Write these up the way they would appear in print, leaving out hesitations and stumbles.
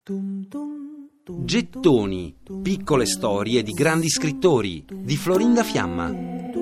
Gettoni, piccole storie di grandi scrittori di Florinda Fiamma.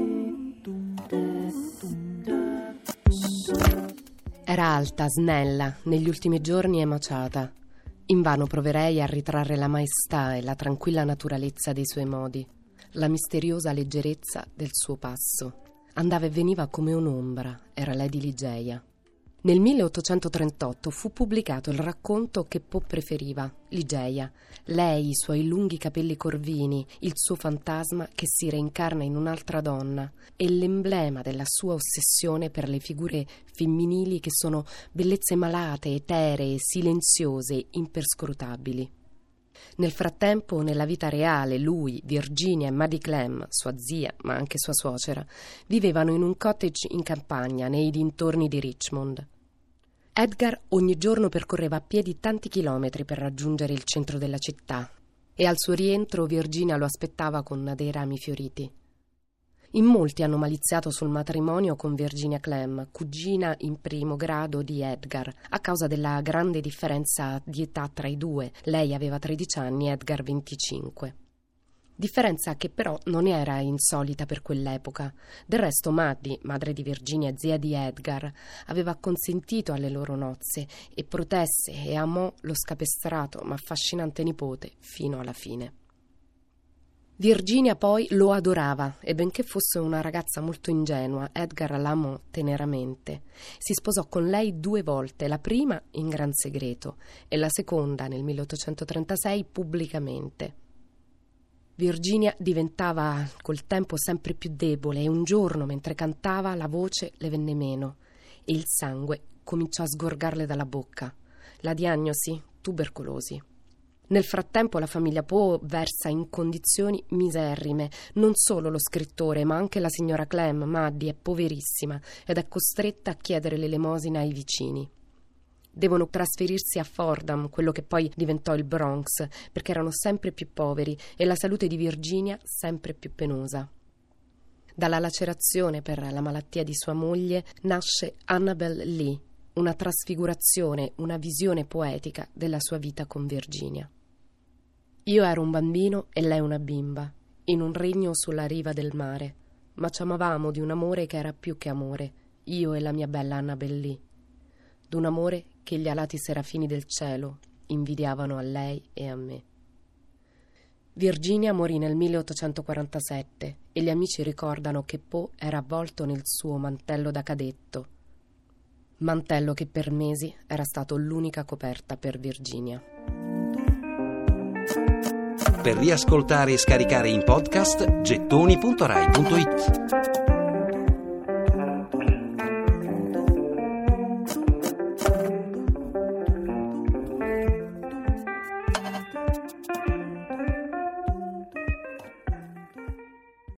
Era alta, snella, negli ultimi giorni emaciata. Invano proverei a ritrarre la maestà e la tranquilla naturalezza dei suoi modi, la misteriosa leggerezza del suo passo. Andava e veniva come un'ombra, era Lady Ligeia. Nel 1838 fu pubblicato il racconto che Poe preferiva, Ligeia. Lei, i suoi lunghi capelli corvini, il suo fantasma che si reincarna in un'altra donna e l'emblema della sua ossessione per le figure femminili che sono bellezze malate, eteree, silenziose, imperscrutabili. Nel frattempo, nella vita reale, lui, Virginia e Maddie Clem, sua zia, ma anche sua suocera, vivevano in un cottage in campagna, nei dintorni di Richmond. Edgar ogni giorno percorreva a piedi tanti chilometri per raggiungere il centro della città e al suo rientro Virginia lo aspettava con dei rami fioriti. In molti hanno maliziato sul matrimonio con Virginia Clem, cugina in primo grado di Edgar, a causa della grande differenza di età tra i due. Lei aveva 13 anni, Edgar 25. Differenza che però non era insolita per quell'epoca. Del resto Maddie, madre di Virginia e zia di Edgar, aveva acconsentito alle loro nozze e protesse e amò lo scapestrato ma affascinante nipote fino alla fine. Virginia poi lo adorava e benché fosse una ragazza molto ingenua, Edgar l'amò teneramente. Si sposò con lei 2 volte, la prima in gran segreto e la seconda nel 1836 pubblicamente. Virginia diventava col tempo sempre più debole e un giorno, mentre cantava, la voce le venne meno e il sangue cominciò a sgorgarle dalla bocca. La diagnosi? Tubercolosi. Nel frattempo la famiglia Poe versa in condizioni miserrime. Non solo lo scrittore, ma anche la signora Clem, Maddie, è poverissima ed è costretta a chiedere l'elemosina ai vicini. Devono trasferirsi a Fordham, quello che poi diventò il Bronx, perché erano sempre più poveri e la salute di Virginia sempre più penosa. Dalla lacerazione per la malattia di sua moglie nasce Annabel Lee, una trasfigurazione, una visione poetica della sua vita con Virginia. Io ero un bambino e lei una bimba, in un regno sulla riva del mare, ma ci amavamo di un amore che era più che amore, io e la mia bella Annabel Lee, d'un amore che gli alati serafini del cielo invidiavano a lei e a me. Virginia morì nel 1847 e gli amici ricordano che Poe era avvolto nel suo mantello da cadetto, mantello che per mesi era stato l'unica coperta per Virginia. Per riascoltare e scaricare in podcast gettoni.rai.it.